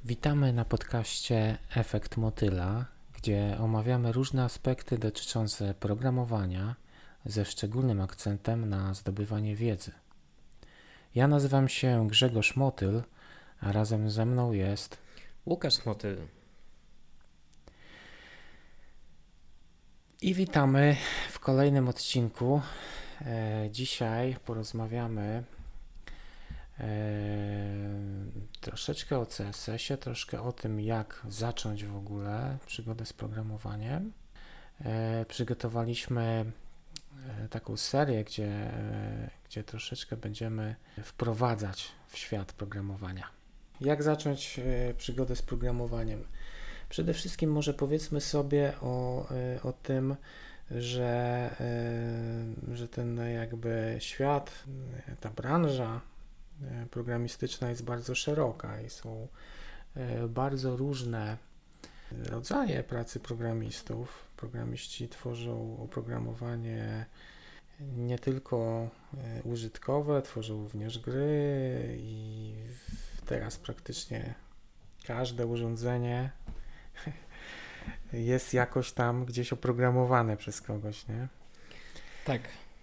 Witamy na podcaście Efekt Motyla, gdzie omawiamy różne aspekty dotyczące programowania ze szczególnym akcentem na zdobywanie wiedzy. Ja nazywam się Grzegorz Motyl, a razem ze mną jest Łukasz Motyl. I witamy w kolejnym odcinku. Dzisiaj porozmawiamy troszeczkę o CSS-ie, troszkę o tym, jak zacząć w ogóle przygodę z programowaniem. Przygotowaliśmy taką serię, gdzie troszeczkę będziemy wprowadzać w świat programowania. Jak zacząć przygodę z programowaniem? Przede wszystkim może powiedzmy sobie o tym, że ten jakby świat, ta branża programistyczna jest bardzo szeroka i są bardzo różne rodzaje pracy programistów. Programiści tworzą oprogramowanie nie tylko użytkowe, tworzą również gry i teraz praktycznie każde urządzenie jest jakoś tam gdzieś oprogramowane przez kogoś, nie? Tak.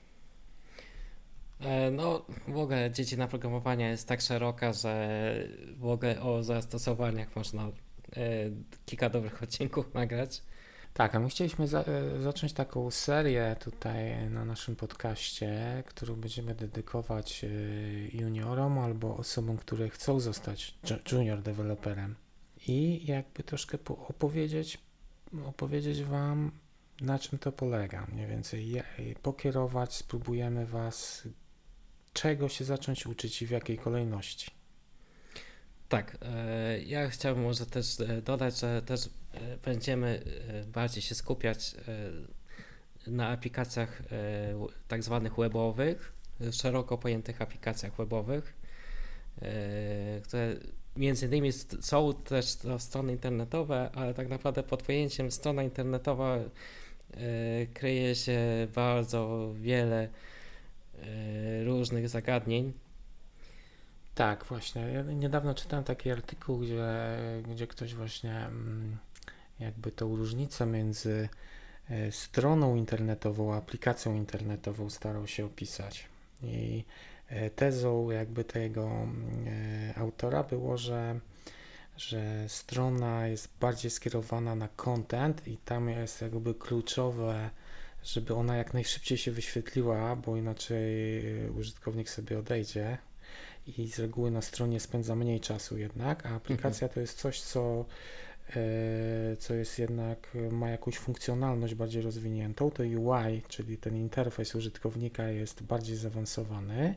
No, w ogóle dziedzina programowania jest tak szeroka, że w ogóle o zastosowaniach można kilka dobrych odcinków nagrać. Tak, a my chcieliśmy zacząć taką serię tutaj na naszym podcaście, którą będziemy dedykować juniorom albo osobom, które chcą zostać junior deweloperem. I jakby troszkę opowiedzieć Wam, na czym to polega. Mniej więcej pokierować, spróbujemy Was, czego się zacząć uczyć i w jakiej kolejności. Tak, ja chciałbym może też dodać, że też będziemy bardziej się skupiać na aplikacjach tak zwanych webowych, szeroko pojętych aplikacjach webowych, które między innymi są też to strony internetowe, ale tak naprawdę pod pojęciem strona internetowa kryje się bardzo wiele różnych zagadnień. Tak, właśnie. Ja niedawno czytałem taki artykuł, gdzie ktoś właśnie jakby tą różnicę między stroną internetową a aplikacją internetową starał się opisać. I tezą jakby tego autora było, że strona jest bardziej skierowana na content i tam jest jakby kluczowe, żeby ona jak najszybciej się wyświetliła, bo inaczej użytkownik sobie odejdzie i z reguły na stronie spędza mniej czasu jednak, a aplikacja to jest coś, co jest jednak, ma jakąś funkcjonalność bardziej rozwiniętą. To UI, czyli ten interfejs użytkownika jest bardziej zaawansowany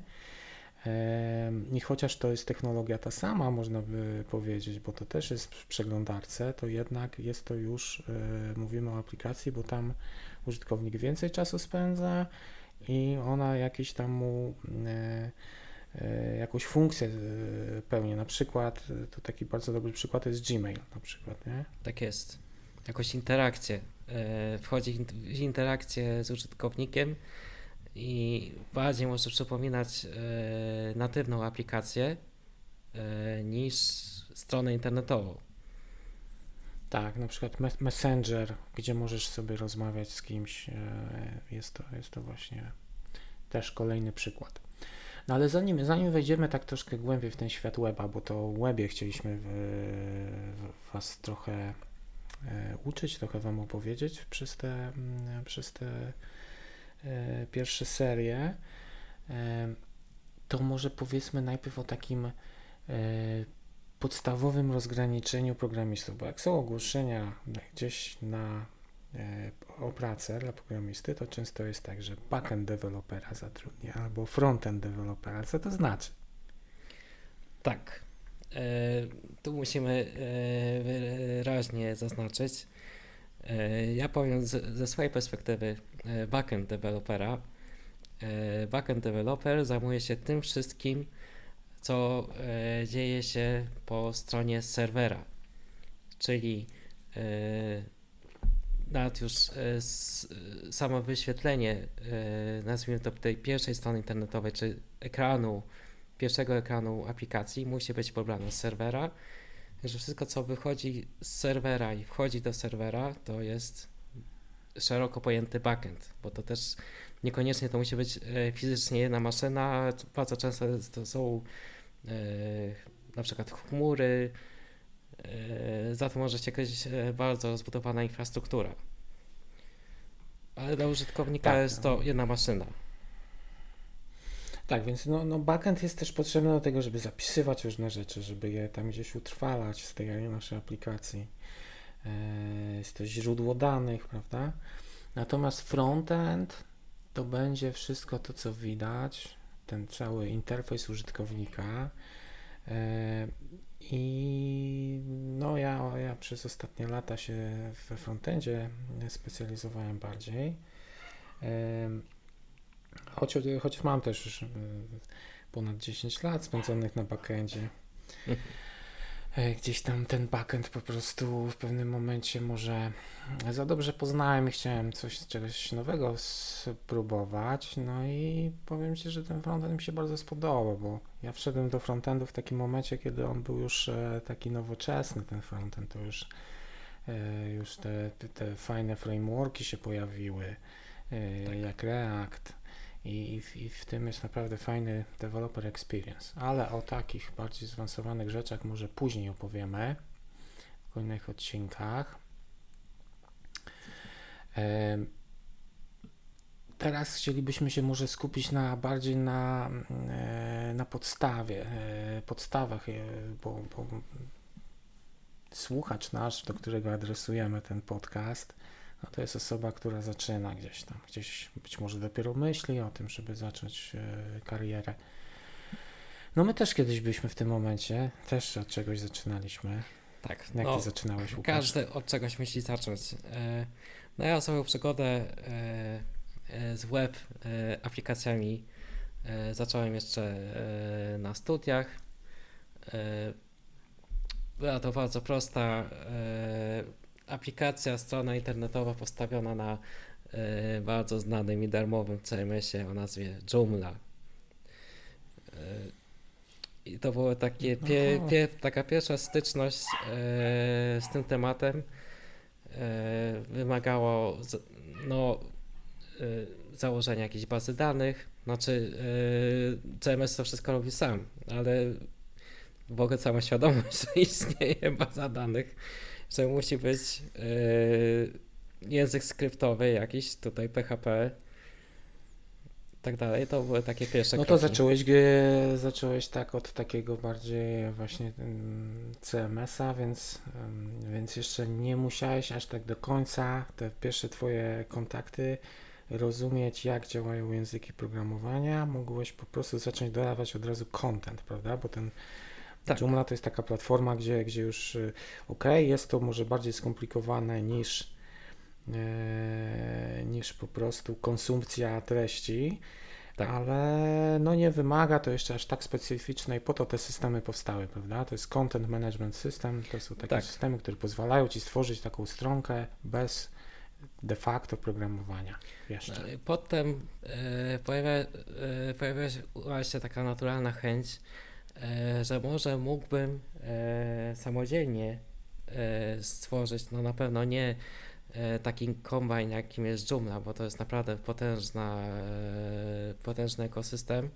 i chociaż to jest technologia ta sama, można by powiedzieć, bo to też jest w przeglądarce, to jednak jest to już, mówimy o aplikacji, bo tam użytkownik więcej czasu spędza i ona jakiś tam mu jakąś funkcję pełni. Na przykład, to taki bardzo dobry przykład to jest Gmail na przykład, nie? Tak jest. Jakąś interakcję. Wchodzi w interakcję z użytkownikiem i bardziej może przypominać natywną aplikację niż stronę internetową. Tak, na przykład Messenger, gdzie możesz sobie rozmawiać z kimś, jest to właśnie też kolejny przykład. No ale zanim wejdziemy tak troszkę głębiej w ten świat weba, bo to o webie chcieliśmy Was trochę uczyć, trochę Wam opowiedzieć przez te pierwsze serie, to może powiedzmy najpierw o takim podstawowym rozgraniczeniu programistów, bo jak są ogłoszenia gdzieś o pracę dla programisty, to często jest tak, że backend dewelopera zatrudnia albo frontend dewelopera. Co to znaczy? Tak. Tu musimy wyraźnie zaznaczyć. Ja powiem ze swojej perspektywy backend dewelopera. Backend developer zajmuje się tym wszystkim, co dzieje się po stronie serwera, czyli nawet już samo wyświetlenie, nazwijmy to tej pierwszej strony internetowej, czy pierwszego ekranu aplikacji musi być pobrane z serwera że wszystko, co wychodzi z serwera i wchodzi do serwera, to jest szeroko pojęty backend, bo to też niekoniecznie to musi być fizycznie jedna maszyna, bardzo często to są na przykład chmury, za to może się kiedyś bardzo rozbudowana infrastruktura. Ale dla użytkownika Tak. jest to jedna maszyna. Tak, więc backend jest też potrzebny do tego, żeby zapisywać różne rzeczy, żeby je tam gdzieś utrwalać z tej naszej aplikacji. Jest to źródło danych, prawda? Natomiast frontend to będzie wszystko to, co widać, ten cały interfejs użytkownika. I ja przez ostatnie lata się we frontendzie specjalizowałem bardziej. Choć mam też już ponad 10 lat spędzonych na backendzie. Gdzieś tam ten backend po prostu w pewnym momencie może za dobrze poznałem i chciałem czegoś nowego spróbować. No i powiem Ci, że ten frontend mi się bardzo spodobał, bo ja wszedłem do frontendu w takim momencie, kiedy on był już taki nowoczesny, ten frontend, to już te fajne frameworki się pojawiły, jak React. I w tym jest naprawdę fajny developer experience, ale o takich bardziej zaawansowanych rzeczach może później opowiemy w kolejnych odcinkach. Teraz chcielibyśmy się może skupić bardziej na podstawach, bo słuchacz nasz, do którego adresujemy ten podcast, no to jest osoba, która zaczyna gdzieś być może dopiero myśli o tym, żeby zacząć karierę. No my też kiedyś byliśmy w tym momencie, też od czegoś zaczynaliśmy. Tak. Jak ty zaczynałeś, Łukasz? Każdy od czegoś musi zacząć. No ja swoją przygodę z web aplikacjami zacząłem jeszcze na studiach. Była to bardzo prosta aplikacja, strona internetowa postawiona na bardzo znanym i darmowym CMS-ie o nazwie Joomla. I to była taka pierwsza styczność z tym tematem. Wymagało założenia jakiejś bazy danych. Znaczy CMS to wszystko robi sam, ale w ogóle cała świadomość, że istnieje baza danych, że musi być język skryptowy jakiś, tutaj PHP i tak dalej, to były takie pierwsze kroki. No to zacząłeś tak od takiego bardziej właśnie CMS-a, więc jeszcze nie musiałeś aż tak do końca te pierwsze twoje kontakty rozumieć, jak działają języki programowania. Mogłeś po prostu zacząć dodawać od razu content, prawda? Bo ten Joomla to jest taka platforma, gdzie już jest to może bardziej skomplikowane niż po prostu konsumpcja treści, ale nie wymaga to jeszcze aż tak specyficznej, po to te systemy powstały, prawda? To jest Content Management System, to są takie systemy, które pozwalają Ci stworzyć taką stronkę bez de facto programowania jeszcze. Potem pojawiła się taka naturalna chęć, że może mógłbym samodzielnie stworzyć, no na pewno nie taki kombajn, jakim jest Joomla, bo to jest naprawdę potężny ekosystem.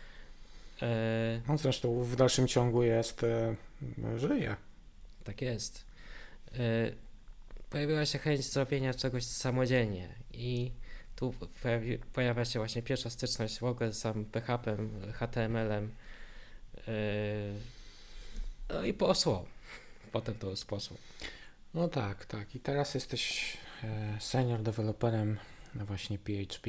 On zresztą w dalszym ciągu żyje. Tak jest. Pojawiła się chęć zrobienia czegoś samodzielnie i tu pojawia się właśnie pierwsza styczność w ogóle z samym PHP-em, HTML-em. No i poszło. Potem to już poszło. No tak. I teraz jesteś senior deweloperem właśnie PHP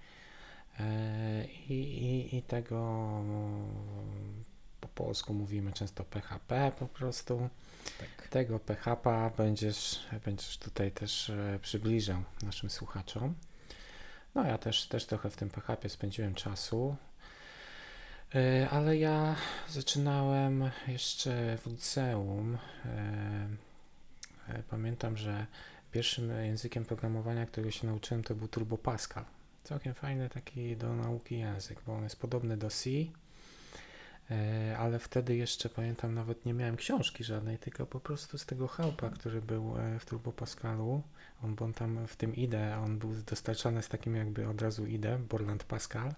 i tego po polsku mówimy często PHP po prostu. Tak. Tego PHP będziesz tutaj też przybliżał naszym słuchaczom. No ja też trochę w tym PHP spędziłem czasu. Ale ja zaczynałem jeszcze w liceum. Pamiętam, że pierwszym językiem programowania, którego się nauczyłem, to był Turbo Pascal. Całkiem fajny taki do nauki język, bo on jest podobny do C. ale wtedy jeszcze pamiętam, nawet nie miałem książki żadnej, tylko po prostu z tego helpa, który był w Turbo Pascalu. On tam w tym IDE, on był dostarczany z takim jakby od razu IDE, Borland Pascal.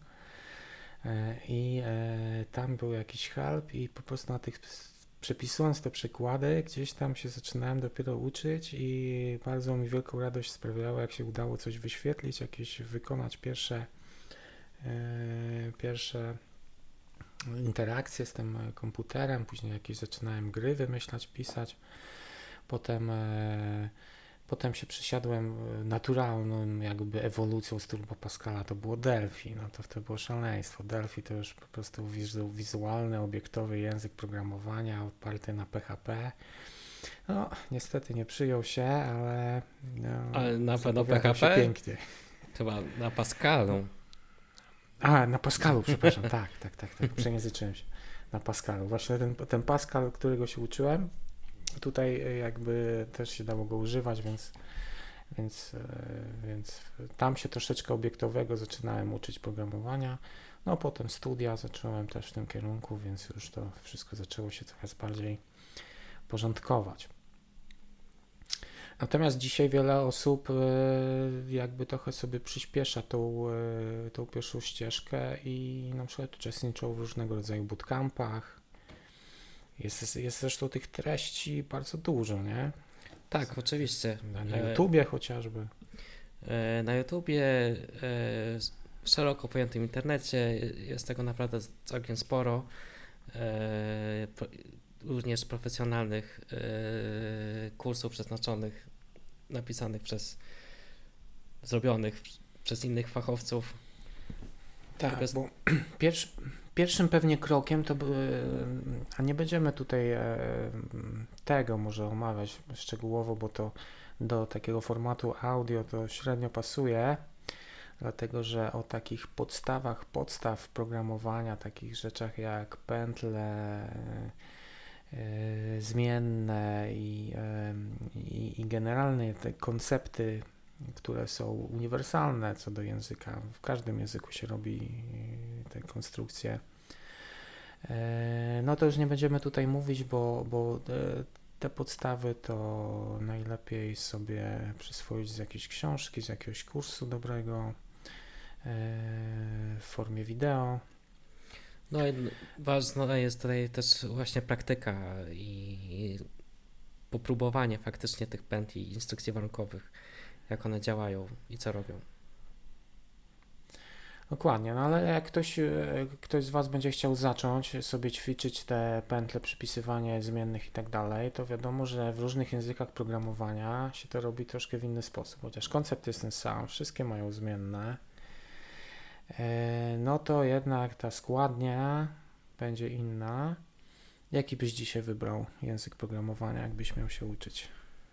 I tam był jakiś help i po prostu na tych, przepisując te przykłady, gdzieś tam się zaczynałem dopiero uczyć i bardzo mi wielką radość sprawiało, jak się udało coś wyświetlić, jakieś wykonać pierwsze interakcje z tym komputerem, później jakieś zaczynałem gry wymyślać, pisać, potem się przysiadłem naturalną jakby ewolucją z Turbo Pascala, to było Delphi, no to było szaleństwo. Delphi to już po prostu wizualny, obiektowy język programowania oparty na PHP. No, niestety nie przyjął się, ale na pewno PHP się pięknie. Chyba na Pascalu. Na Pascalu, przepraszam, tak, przejęzyczyłem się. Na Pascalu. Właśnie ten Pascal, którego się uczyłem, tutaj jakby też się dało go używać, więc tam się troszeczkę obiektowego zaczynałem uczyć programowania. No potem studia zacząłem też w tym kierunku, więc już to wszystko zaczęło się coraz bardziej porządkować. Natomiast dzisiaj wiele osób jakby trochę sobie przyspiesza tą pierwszą ścieżkę i na przykład uczestniczą w różnego rodzaju bootcampach. Jest zresztą tych treści bardzo dużo, nie? Tak, oczywiście. Na YouTubie chociażby. Na YouTubie, w szeroko pojętym internecie jest tego naprawdę całkiem sporo. Również profesjonalnych kursów przeznaczonych, napisanych zrobionych przez innych fachowców. Tak, bo pierwszym pewnie krokiem to a nie będziemy tutaj tego może omawiać szczegółowo, bo to do takiego formatu audio to średnio pasuje, dlatego że o takich podstaw programowania, takich rzeczach jak pętle, zmienne i generalnie te koncepty, które są uniwersalne co do języka. W każdym języku się robi te konstrukcje. No to już nie będziemy tutaj mówić, bo te podstawy to najlepiej sobie przyswoić z jakiejś książki, z jakiegoś kursu dobrego w formie wideo. No i ważna jest tutaj też właśnie praktyka i popróbowanie faktycznie tych pętli i instrukcji warunkowych, jak one działają i co robią. Dokładnie, no ale jak ktoś z Was będzie chciał zacząć sobie ćwiczyć te pętle, przypisywanie zmiennych i tak dalej, to wiadomo, że w różnych językach programowania się to robi troszkę w inny sposób, chociaż koncept jest ten sam, wszystkie mają zmienne, no to jednak ta składnia będzie inna. Jaki byś dzisiaj wybrał język programowania, jakbyś miał się uczyć?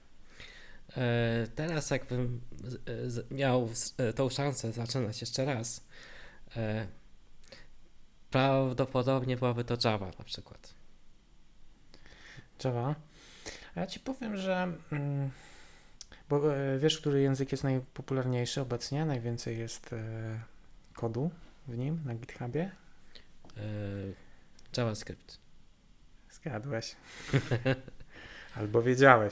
Teraz jakbym miał tą szansę zaczynać jeszcze raz, prawdopodobnie byłaby to Java na przykład. Java? A ja Ci powiem, że bo wiesz, który język jest najpopularniejszy obecnie, najwięcej jest kodu w nim na GitHubie? JavaScript. Zgadłeś. Albo wiedziałeś.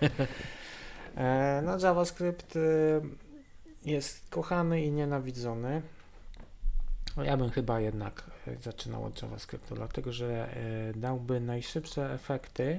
No JavaScript jest kochany i nienawidzony. Ja bym chyba jednak zaczynał od JavaScriptu, dlatego że dałby najszybsze efekty.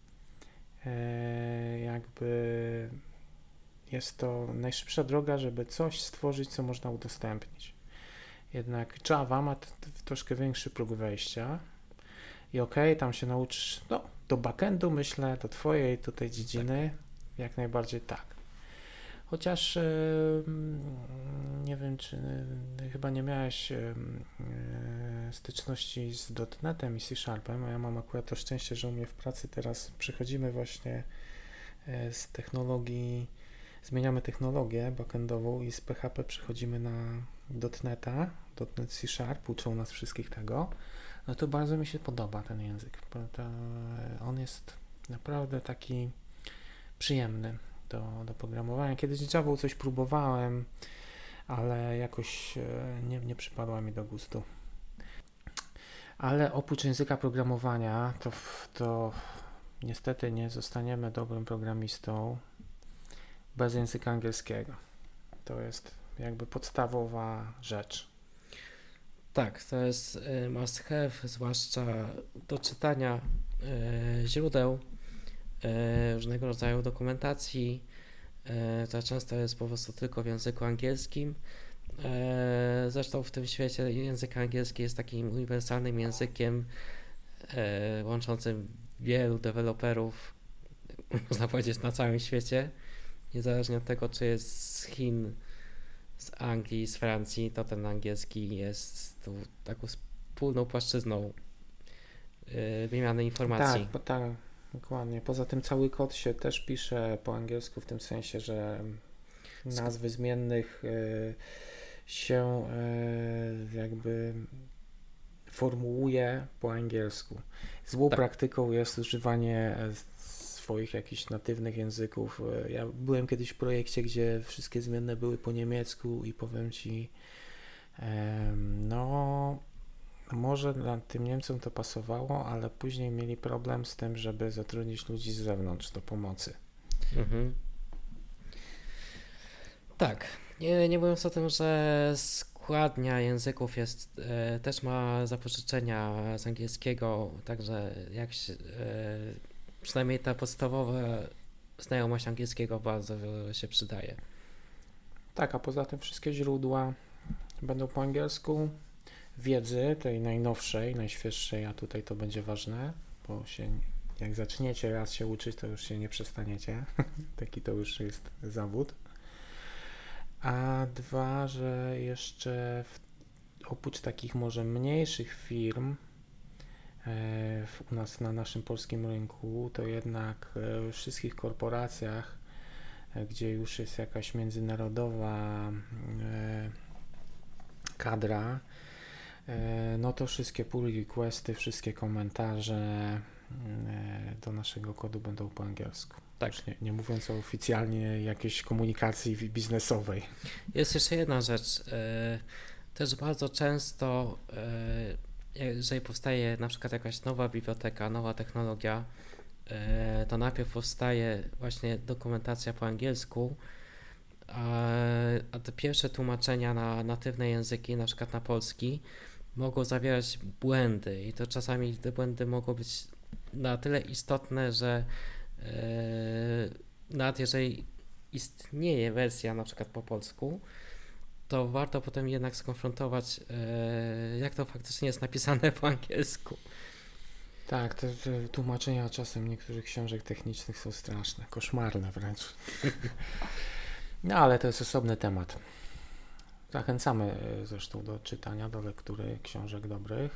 Jakby jest to najszybsza droga, żeby coś stworzyć, co można udostępnić. Jednak Java ma troszkę większy próg wejścia i tam się nauczysz, do backendu myślę, do twojej tutaj dziedziny, jak najbardziej tak. Chociaż nie wiem, czy chyba nie miałeś styczności z .NET-em i C-Sharpem, a ja mam akurat to szczęście, że u mnie w pracy teraz przechodzimy właśnie z technologii, zmieniamy technologię backendową i z PHP przechodzimy na .NET-a, .NET C-Sharp, uczą nas wszystkich tego. No to bardzo mi się podoba ten język, bo on jest naprawdę taki przyjemny do programowania. Kiedyś Javą coś próbowałem, ale jakoś nie przypadła mi do gustu. Ale oprócz języka programowania, to niestety nie zostaniemy dobrym programistą bez języka angielskiego. To jest jakby podstawowa rzecz. Tak, to jest must have, zwłaszcza do czytania źródeł, różnego rodzaju dokumentacji, która często jest po prostu tylko w języku angielskim. Zresztą w tym świecie język angielski jest takim uniwersalnym językiem łączącym wielu deweloperów, można powiedzieć, na całym świecie. Niezależnie od tego, czy jest z Chin, z Anglii, z Francji, to ten angielski jest tu taką wspólną płaszczyzną wymiany informacji. Tak, dokładnie. Poza tym cały kod się też pisze po angielsku, w tym sensie, że nazwy zmiennych się jakby formułuje po angielsku. Złą praktyką jest używanie swoich jakichś natywnych języków. Ja byłem kiedyś w projekcie, gdzie wszystkie zmienne były po niemiecku i powiem Ci, no może tym Niemcom to pasowało, ale później mieli problem z tym, żeby zatrudnić ludzi z zewnątrz do pomocy. Mhm. Tak. Nie mówiąc o tym, że składnia języków jest, też ma zapożyczenia z angielskiego, także przynajmniej ta podstawowa znajomość angielskiego bardzo się przydaje. Tak, a poza tym wszystkie źródła będą po angielsku. Wiedzy tej najnowszej, najświeższej, a tutaj to będzie ważne, bo jak zaczniecie raz się uczyć, to już się nie przestaniecie. Taki to już jest zawód. A dwa, że jeszcze oprócz takich może mniejszych firm u nas na naszym polskim rynku, to jednak w wszystkich korporacjach, gdzie już jest jakaś międzynarodowa kadra, no to wszystkie pull requesty, wszystkie komentarze do naszego kodu będą po angielsku. Tak. Nie mówiąc o oficjalnie jakiejś komunikacji biznesowej. Jest jeszcze jedna rzecz. Też bardzo często, jeżeli powstaje na przykład jakaś nowa biblioteka, nowa technologia, to najpierw powstaje właśnie dokumentacja po angielsku, a te pierwsze tłumaczenia na natywne języki, na przykład na polski, mogą zawierać błędy i to czasami te błędy mogą być na tyle istotne, że nawet jeżeli istnieje wersja na przykład po polsku, to warto potem jednak skonfrontować, jak to faktycznie jest napisane po angielsku. Tak, te tłumaczenia czasem niektórych książek technicznych są straszne, koszmarne wręcz. No ale to jest osobny temat. Zachęcamy zresztą do czytania, do lektury książek dobrych.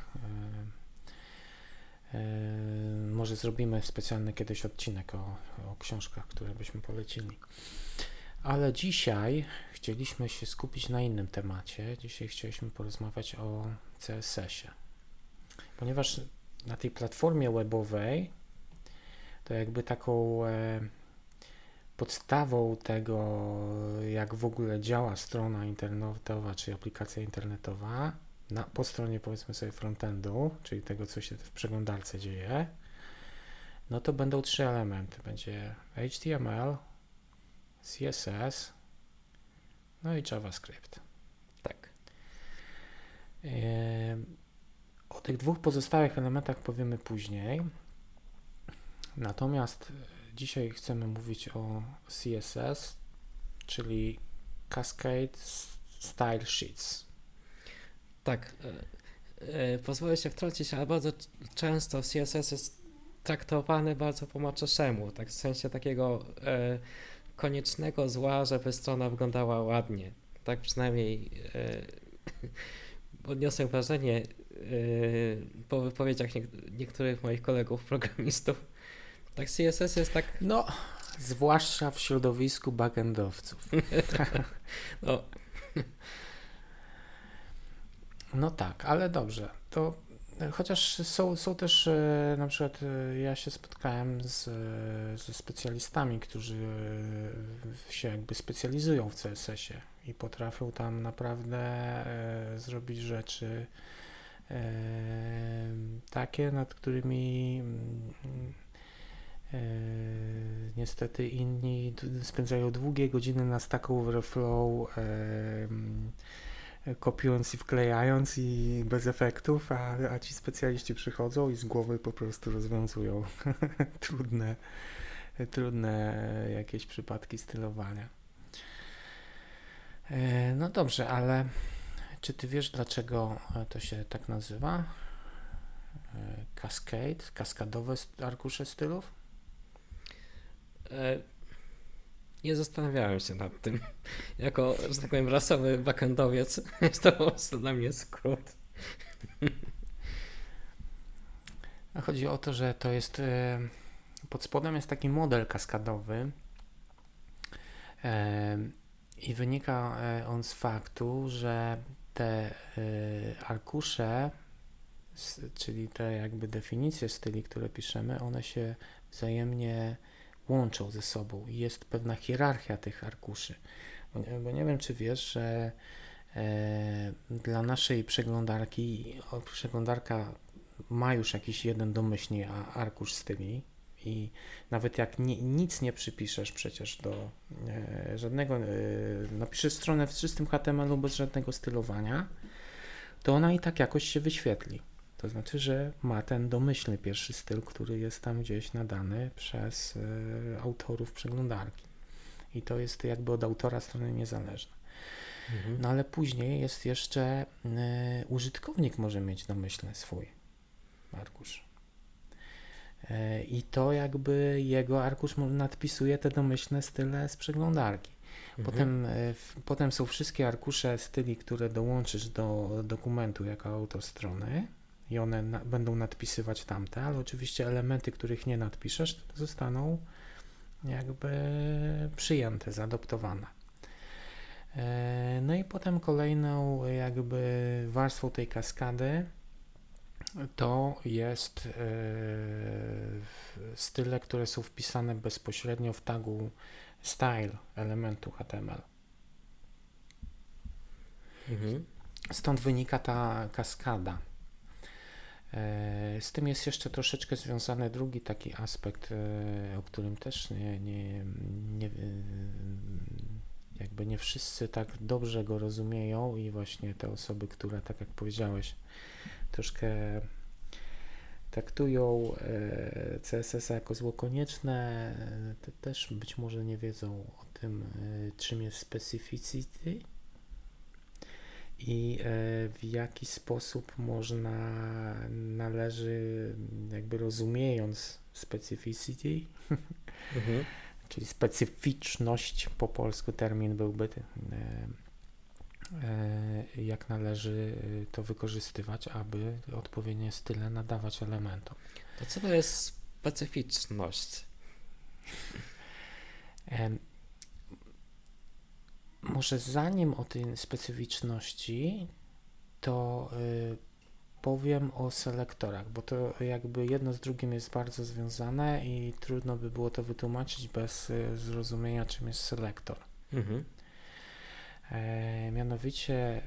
Może zrobimy specjalny kiedyś odcinek o książkach, które byśmy polecili. Ale dzisiaj chcieliśmy się skupić na innym temacie. Dzisiaj chcieliśmy porozmawiać o CSS-ie. Ponieważ na tej platformie webowej to jakby taką podstawą tego, jak w ogóle działa strona internetowa czy aplikacja internetowa, po stronie powiedzmy sobie frontendu, czyli tego, co się w przeglądarce dzieje, no to będą trzy elementy. Będzie HTML, CSS, no i JavaScript. Tak. O tych dwóch pozostałych elementach powiemy później. Natomiast dzisiaj chcemy mówić o CSS, czyli Cascade Style Sheets. Tak. Pozwolę się wtrącić, ale bardzo często CSS jest traktowany bardzo po macoszemu, tak w sensie takiego koniecznego zła, żeby strona wyglądała ładnie. Tak przynajmniej odniosłem wrażenie po wypowiedziach niektórych moich kolegów programistów. Tak CSS jest tak... No, zwłaszcza w środowisku backendowców. No. No tak, ale dobrze. To chociaż są też, na przykład ja się spotkałem ze specjalistami, którzy się jakby specjalizują w CSS-ie i potrafią tam naprawdę zrobić rzeczy takie, nad którymi niestety inni spędzają długie godziny na Stack Overflow, kopiując i wklejając i bez efektów, a ci specjaliści przychodzą i z głowy po prostu rozwiązują trudne jakieś przypadki stylowania. No dobrze, ale czy ty wiesz, dlaczego to się tak nazywa? Cascade, kaskadowe arkusze stylów? Nie zastanawiałem się nad tym. Jako, że tak powiem, rasowy backendowiec, jest to po prostu dla mnie skrót. Chodzi o to, że to jest pod spodem jest taki model kaskadowy i wynika on z faktu, że te arkusze, czyli te jakby definicje styli, które piszemy, one się wzajemnie łączą ze sobą i jest pewna hierarchia tych arkuszy. Bo nie wiem, czy wiesz, że dla naszej przeglądarka ma już jakiś jeden domyślny arkusz styli i nawet jak nic nie przypiszesz przecież do żadnego, napiszesz stronę w czystym HTML-u bez żadnego stylowania, to ona i tak jakoś się wyświetli. To znaczy, że ma ten domyślny pierwszy styl, który jest tam gdzieś nadany przez autorów przeglądarki. I to jest jakby od autora strony niezależne. No ale później jest jeszcze użytkownik może mieć domyślny swój arkusz. I to jakby jego arkusz nadpisuje te domyślne style z przeglądarki. Potem są wszystkie arkusze styli, które dołączysz do dokumentu jako autor strony i one będą nadpisywać tamte, ale oczywiście elementy, których nie nadpiszesz, zostaną jakby przyjęte, zaadoptowane. No i potem kolejną jakby warstwą tej kaskady to jest style, które są wpisane bezpośrednio w tagu style elementu HTML. Stąd wynika ta kaskada. Z tym jest jeszcze troszeczkę związany drugi taki aspekt, o którym też jakby nie wszyscy tak dobrze go rozumieją i właśnie te osoby, które, tak jak powiedziałeś, troszkę traktują CSS-a jako zło konieczne, to też być może nie wiedzą o tym, czym jest specificity i w jaki sposób należy jakby rozumiejąc specificity, czyli specyficzność, po polsku termin byłby, jak należy to wykorzystywać, aby odpowiednie style nadawać elementom. To co to jest specyficzność? Może zanim o tej specyficzności, to powiem o selektorach, bo to jakby jedno z drugim jest bardzo związane i trudno by było to wytłumaczyć bez zrozumienia, czym jest selektor. Mianowicie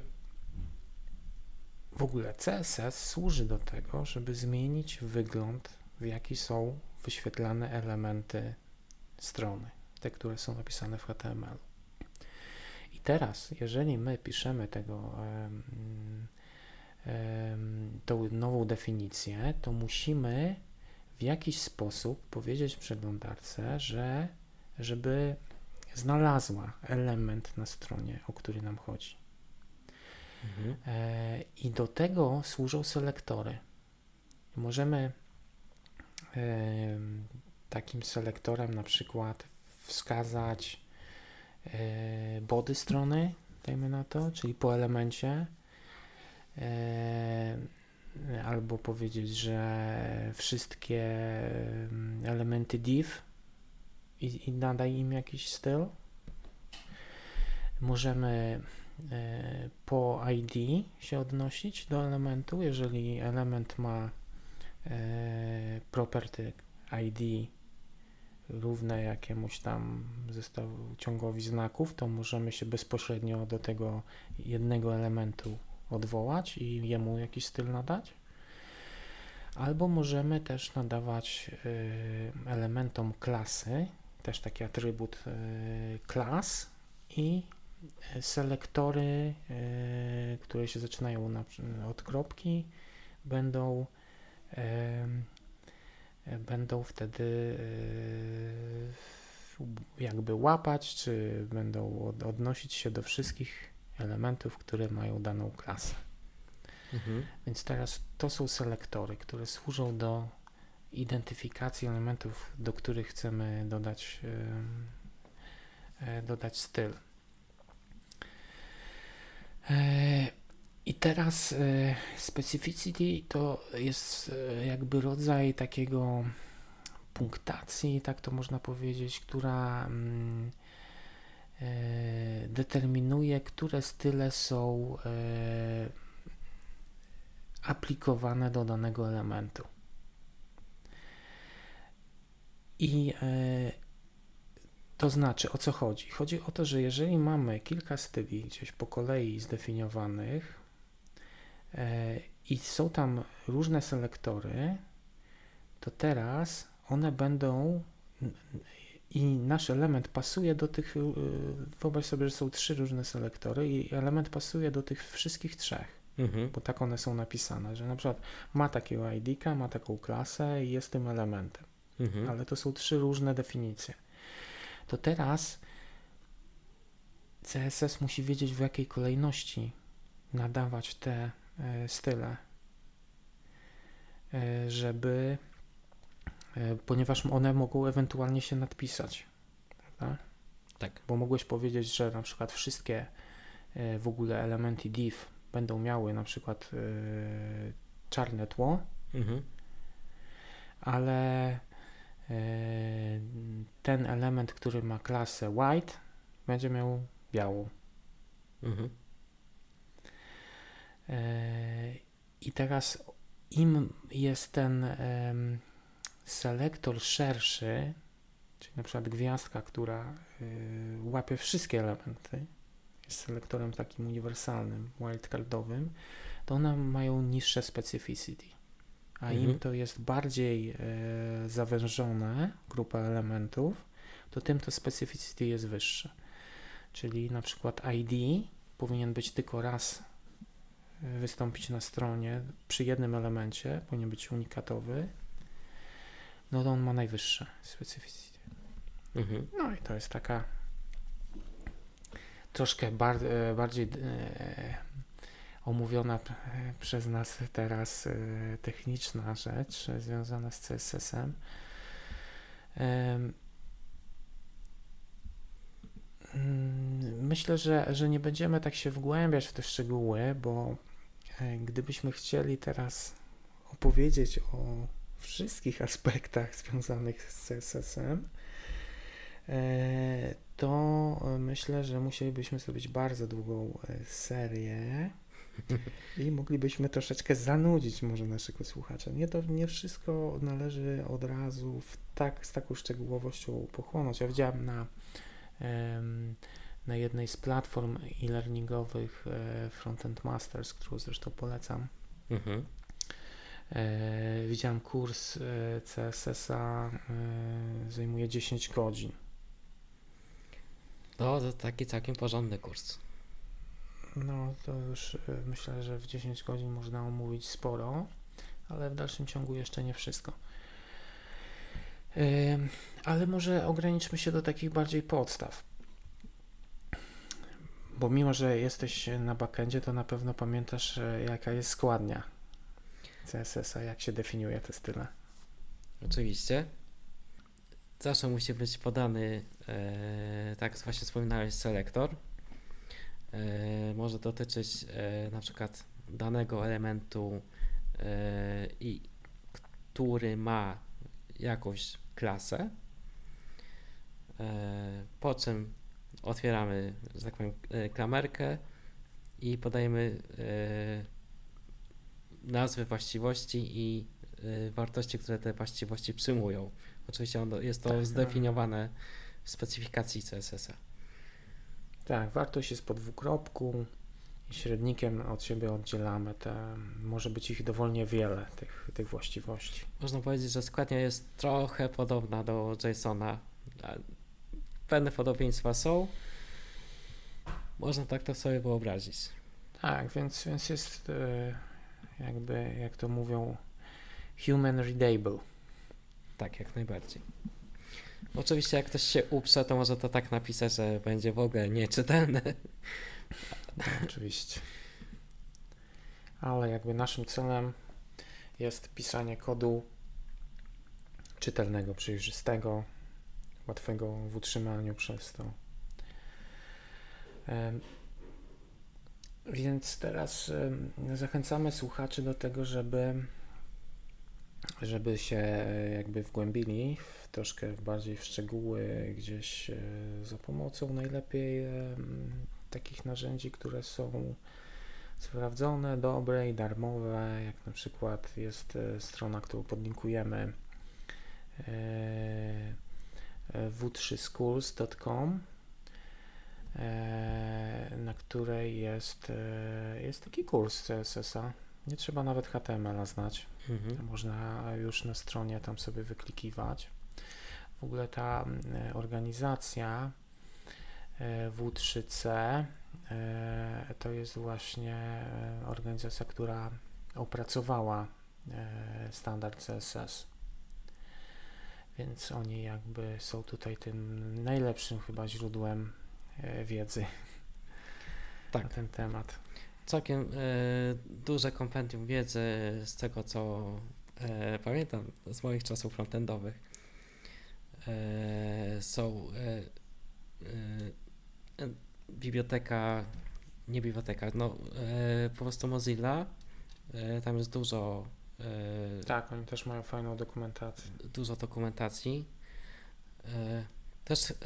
w ogóle CSS służy do tego, żeby zmienić wygląd, w jaki są wyświetlane elementy strony, te, które są napisane w HTML. I teraz, jeżeli my piszemy tą nową definicję, to musimy w jakiś sposób powiedzieć przeglądarce, żeby znalazła element na stronie, o który nam chodzi. I do tego służą selektory. Możemy takim selektorem na przykład wskazać body strony, dajmy na to, czyli po elemencie, albo powiedzieć, że wszystkie elementy div i nadaj im jakiś styl. Możemy po ID się odnosić do elementu, jeżeli element ma property ID równe jakiemuś tam ciągowi znaków, to możemy się bezpośrednio do tego jednego elementu odwołać i jemu jakiś styl nadać. Albo możemy też nadawać elementom klasy, też taki atrybut klas i selektory, które się zaczynają od kropki, będą wtedy jakby łapać, czy będą odnosić się do wszystkich elementów, które mają daną klasę. Więc teraz to są selektory, które służą do identyfikacji elementów, do których chcemy dodać styl. I teraz specificity to jest jakby rodzaj takiego punktacji, tak to można powiedzieć, która determinuje, które style są aplikowane do danego elementu. I to znaczy, o co chodzi? Chodzi o to, że jeżeli mamy kilka styli gdzieś po kolei zdefiniowanych i są tam różne selektory, to teraz one będą i nasz element pasuje do tych, wyobraź sobie, że są 3 różne selektory i element pasuje do tych wszystkich 3. Bo tak one są napisane, że na przykład ma takiego ID-ka, ma taką klasę i jest tym elementem, ale to są 3 różne definicje. To teraz CSS musi wiedzieć, w jakiej kolejności nadawać te style, ponieważ one mogą ewentualnie się nadpisać, prawda? Tak. Bo mogłeś powiedzieć, że na przykład wszystkie w ogóle elementy div będą miały na przykład czarne tło, ale ten element, który ma klasę white, będzie miał białą. I teraz im jest ten selektor szerszy, czyli na przykład gwiazdka, która łapie wszystkie elementy, jest selektorem takim uniwersalnym, wildcardowym, to one mają niższe specificity. A im to jest bardziej zawężone, grupa elementów, to tym to specificity jest wyższe. Czyli na przykład ID powinien być tylko raz wystąpić na stronie przy jednym elemencie, powinien być unikatowy, no to on ma najwyższe specificity. No i to jest taka troszkę bardziej omówiona przez nas teraz techniczna rzecz związana z CSS-em. Myślę, że nie będziemy tak się wgłębiać w te szczegóły, bo gdybyśmy chcieli teraz opowiedzieć o wszystkich aspektach związanych z CSS-em, to myślę, że musielibyśmy zrobić bardzo długą serię i moglibyśmy troszeczkę zanudzić może naszego słuchacza. Nie wszystko należy od razu z taką szczegółowością pochłonąć. Ja widziałem na jednej z platform e-learningowych Frontend Masters, którą zresztą polecam. Widziałem kurs CSS-a, zajmuje 10 godzin. To taki całkiem porządny kurs. No to już myślę, że w 10 godzin można omówić sporo, ale w dalszym ciągu jeszcze nie wszystko. Ale może ograniczmy się do takich bardziej podstaw. Bo mimo, że jesteś na backendzie, to na pewno pamiętasz, jaka jest składnia CSS-a, jak się definiuje te style. Oczywiście. Zawsze musi być podany, tak jak właśnie wspominałeś, selektor. Może dotyczyć na przykład danego elementu, który ma jakąś klasę, po czym otwieramy, że tak powiem, klamerkę i podajemy nazwy właściwości i wartości, które te właściwości przyjmują. Oczywiście jest to zdefiniowane w specyfikacji CSS-a. Tak, wartość jest po dwukropku i średnikiem od siebie oddzielamy może być ich dowolnie wiele, tych właściwości. Można powiedzieć, że składnia jest trochę podobna do JSON-a. Pewne podobieństwa są. Można tak to sobie wyobrazić. Tak, więc jest jakby, jak to mówią, human readable. Tak, jak najbardziej. Oczywiście jak ktoś się uprze, to może to tak napisać, że będzie w ogóle nieczytelne. No, oczywiście. Ale jakby naszym celem jest pisanie kodu czytelnego, przejrzystego, łatwego w utrzymaniu przez to. Więc teraz zachęcamy słuchaczy do tego, żeby się jakby wgłębili troszkę bardziej w szczegóły gdzieś za pomocą najlepiej takich narzędzi, które są sprawdzone, dobre i darmowe, jak na przykład jest strona, którą podlinkujemy, w3schools.com, na której jest taki kurs CSS-a. Nie trzeba nawet HTML-a znać. Można już na stronie tam sobie wyklikiwać. W ogóle ta organizacja W3C to jest właśnie organizacja, która opracowała standard CSS. Więc oni jakby są tutaj tym najlepszym chyba źródłem wiedzy na ten temat. Całkiem duże kompendium wiedzy z tego, co pamiętam z moich czasów frontendowych. Są po prostu Mozilla. Tam jest dużo. Tak, oni też mają fajną dokumentację. Dużo dokumentacji. Też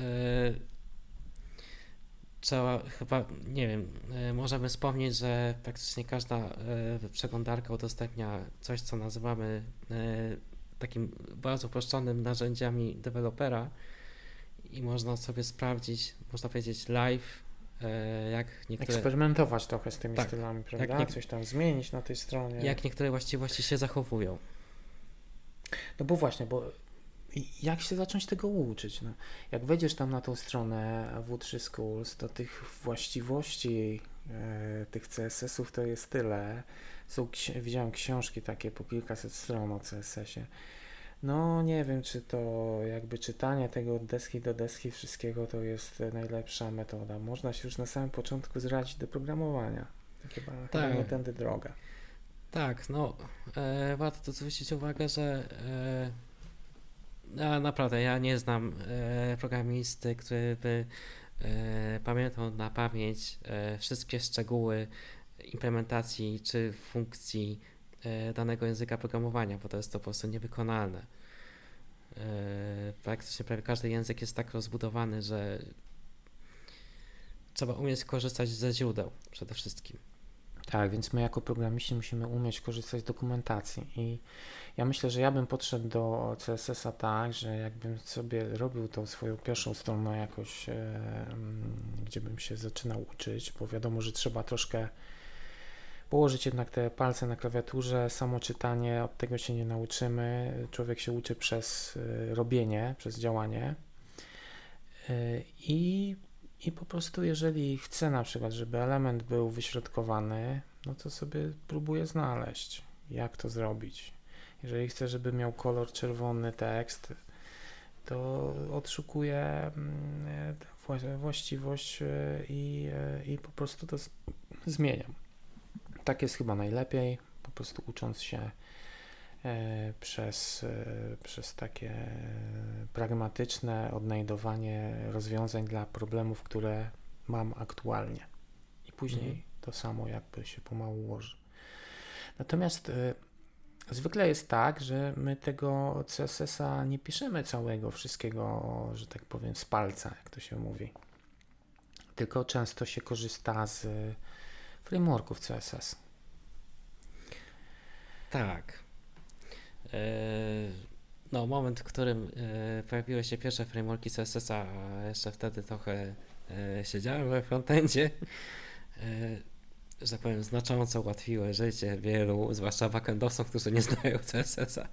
trzeba chyba, nie wiem, możemy wspomnieć, że praktycznie każda przeglądarka udostępnia coś, co nazywamy takim bardzo uproszczonym narzędziami dewelopera i można sobie sprawdzić, można powiedzieć live, jak niektóre... Eksperymentować trochę z tymi stylami, prawda? Coś tam zmienić na tej stronie. Jak niektóre właściwości się zachowują. No bo właśnie, jak się zacząć tego uczyć? No, jak wejdziesz tam na tą stronę W3 Schools, to tych właściwości, tych CSS-ów to jest tyle. Widziałem książki takie po kilkaset stron o CSS-ie. No nie wiem, czy to jakby czytanie tego od deski do deski wszystkiego to jest najlepsza metoda. Można się już na samym początku zrazić do programowania. Chyba nie tędy droga. Tak, no warto tu zwrócić uwagę, że naprawdę ja nie znam programisty, który by pamiętał na pamięć wszystkie szczegóły implementacji czy funkcji danego języka programowania, bo to jest to po prostu niewykonalne. Praktycznie prawie każdy język jest tak rozbudowany, że trzeba umieć korzystać ze źródeł przede wszystkim. Tak, więc my jako programiści musimy umieć korzystać z dokumentacji i ja myślę, że ja bym podszedł do CSS-a tak, że jakbym sobie robił tą swoją pierwszą stronę jakoś, gdzie bym się zaczynał uczyć, bo wiadomo, że trzeba troszkę położyć jednak te palce na klawiaturze, samo czytanie, od tego się nie nauczymy, człowiek się uczy przez robienie, przez działanie i po prostu jeżeli chcę na przykład, żeby element był wyśrodkowany, no to sobie próbuję znaleźć, jak to zrobić. Jeżeli chcę, żeby miał kolor czerwony tekst, to odszukuję właściwość i po prostu to zmieniam. Tak jest chyba najlepiej, po prostu ucząc się przez takie pragmatyczne odnajdowanie rozwiązań dla problemów, które mam aktualnie. I później to samo jakby się pomału ułoży. Natomiast zwykle jest tak, że my tego CSS-a nie piszemy całego, wszystkiego, że tak powiem, z palca, jak to się mówi. Tylko często się korzysta z frameworków CSS. Tak. No, moment, w którym pojawiły się pierwsze frameworki CSS-a, a jeszcze wtedy trochę siedziałem we frontendzie. że powiem, znacząco ułatwiły życie wielu, zwłaszcza backendowcom, którzy nie znają CSS-a.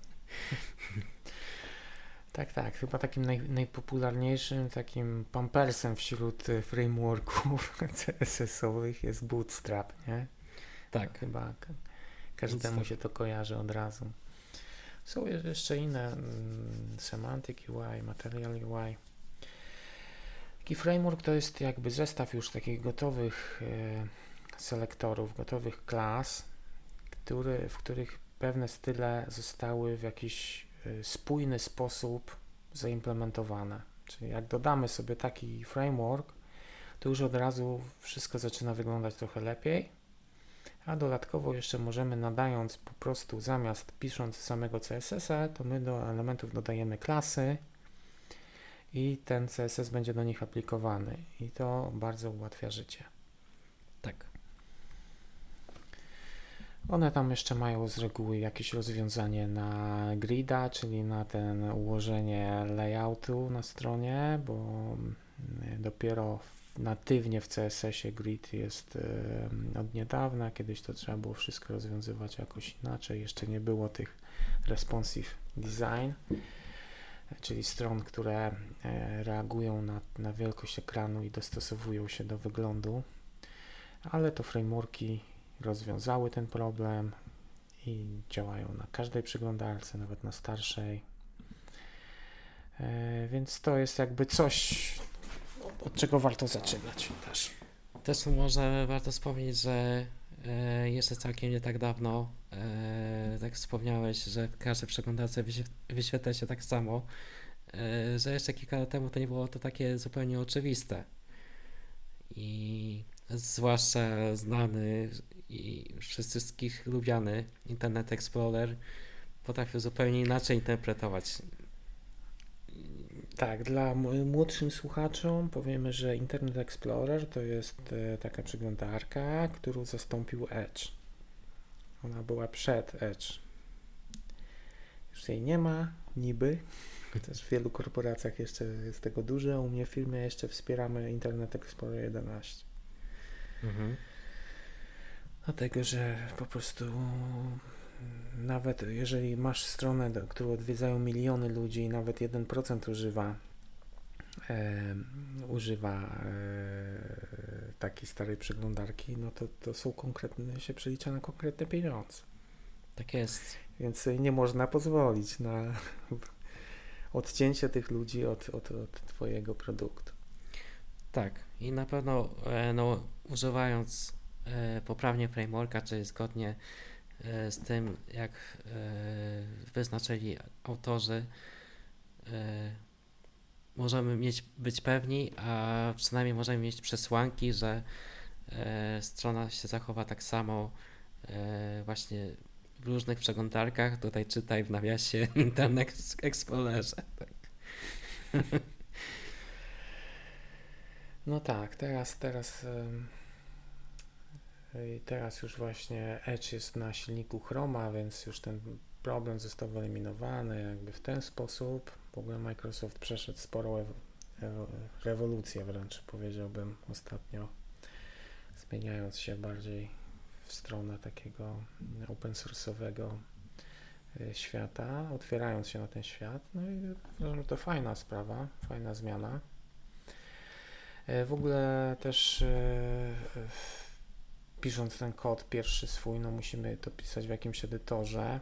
Tak, tak. Chyba takim najpopularniejszym takim pampersem wśród frameworków CSS-owych jest Bootstrap, nie? Tak. Chyba każdemu się to kojarzy od razu. Są jeszcze inne, Semantic UI, Material UI. Taki framework to jest jakby zestaw już takich gotowych selektorów, gotowych klas, w których pewne style zostały w jakiś spójny sposób zaimplementowane. Czyli jak dodamy sobie taki framework, to już od razu wszystko zaczyna wyglądać trochę lepiej, a dodatkowo jeszcze możemy, nadając po prostu zamiast pisząc samego CSS-a, to my do elementów dodajemy klasy i ten CSS będzie do nich aplikowany i to bardzo ułatwia życie. Tak. One tam jeszcze mają z reguły jakieś rozwiązanie na grida, czyli na ten ułożenie layoutu na stronie, bo dopiero natywnie w CSS-ie grid jest od niedawna. Kiedyś to trzeba było wszystko rozwiązywać jakoś inaczej. Jeszcze nie było tych responsive design, czyli stron, które reagują na wielkość ekranu i dostosowują się do wyglądu, ale to frameworki rozwiązały ten problem i działają na każdej przeglądarce, nawet na starszej. Więc to jest jakby coś, od czego warto zaczynać też. Też może warto wspomnieć, że jeszcze całkiem nie tak dawno, tak wspomniałeś, że w każdej przeglądarce wyświetla się tak samo, że jeszcze kilka lat temu to nie było to takie zupełnie oczywiste. I zwłaszcza znany i przez wszystkich lubiany Internet Explorer potrafił zupełnie inaczej interpretować. Tak, dla młodszym słuchaczom powiemy, że Internet Explorer to jest taka przeglądarka, którą zastąpił Edge. Ona była przed Edge. Już jej nie ma, niby. Też w wielu korporacjach jeszcze jest tego dużo. U mnie w firmie jeszcze wspieramy Internet Explorer 11. Dlatego, że po prostu nawet jeżeli masz stronę, którą odwiedzają miliony ludzi i nawet 1% używa takiej starej przeglądarki, no to są konkretne, się przelicza na konkretne pieniądze. Tak jest. Więc nie można pozwolić na odcięcie tych ludzi od twojego produktu. Tak, i na pewno używając poprawnie frameworka, czyli zgodnie z tym, jak wyznaczyli autorzy, możemy być pewni, a przynajmniej możemy mieć przesłanki, że strona się zachowa tak samo właśnie w różnych przeglądarkach. Tutaj czytaj w nawiasie Internet Explorerze. Tak. No tak, teraz już właśnie Edge jest na silniku Chroma, więc już ten problem został wyeliminowany jakby w ten sposób. W ogóle Microsoft przeszedł sporą rewolucję wręcz, powiedziałbym, ostatnio, zmieniając się bardziej w stronę takiego open source'owego świata, otwierając się na ten świat. No i uważam, że to fajna sprawa, fajna zmiana. W ogóle też pisząc ten kod pierwszy swój, no musimy to pisać w jakimś edytorze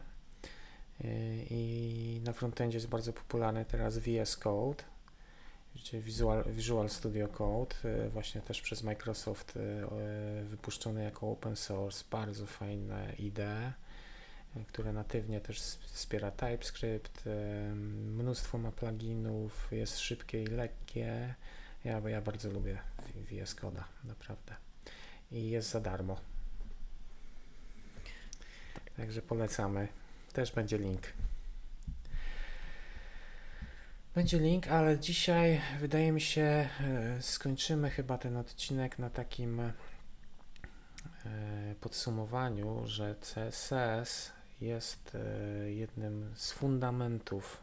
i na frontendzie jest bardzo popularny teraz VS Code, czyli Visual Studio Code, właśnie też przez Microsoft wypuszczony jako open source, bardzo fajne IDE, które natywnie też wspiera TypeScript, mnóstwo ma pluginów, jest szybkie i lekkie. Ja bardzo lubię VS Code'a, naprawdę. I jest za darmo. Także polecamy. Też będzie link. Będzie link, ale dzisiaj wydaje mi się skończymy chyba ten odcinek na takim podsumowaniu, że CSS jest jednym z fundamentów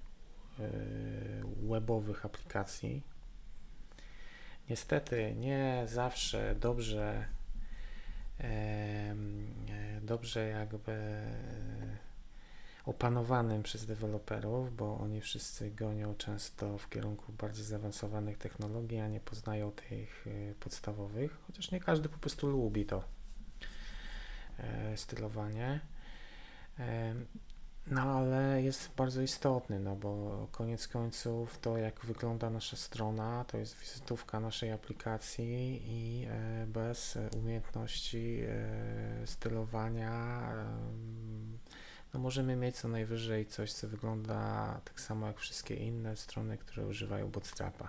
webowych aplikacji. Niestety nie zawsze dobrze dobrze jakby opanowanym przez deweloperów, bo oni wszyscy gonią często w kierunku bardziej zaawansowanych technologii, a nie poznają tych podstawowych, chociaż nie każdy po prostu lubi to stylowanie. No ale jest bardzo istotny, no bo koniec końców to, jak wygląda nasza strona, to jest wizytówka naszej aplikacji i bez umiejętności stylowania no możemy mieć co najwyżej coś, co wygląda tak samo jak wszystkie inne strony, które używają Bootstrapa.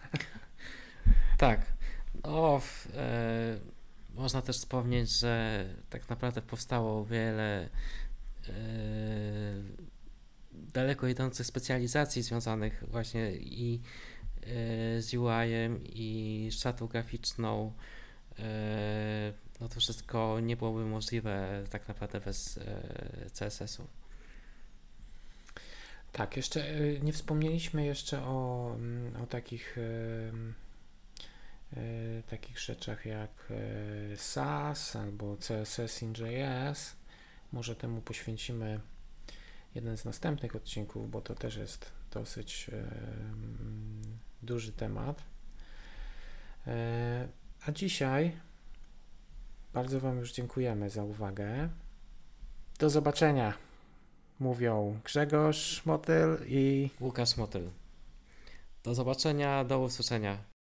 Tak. No, można też wspomnieć, że tak naprawdę powstało wiele daleko idących specjalizacji związanych właśnie i z UI-em i z czatą graficzną. No to wszystko nie byłoby możliwe tak naprawdę bez CSS-u. Tak, jeszcze nie wspomnieliśmy jeszcze o takich rzeczach jak Sass albo CSS in JS. Może temu poświęcimy jeden z następnych odcinków, bo to też jest dosyć duży temat. A dzisiaj bardzo Wam już dziękujemy za uwagę. Do zobaczenia, mówią Grzegorz Motyl i Łukasz Motyl. Do zobaczenia, do usłyszenia.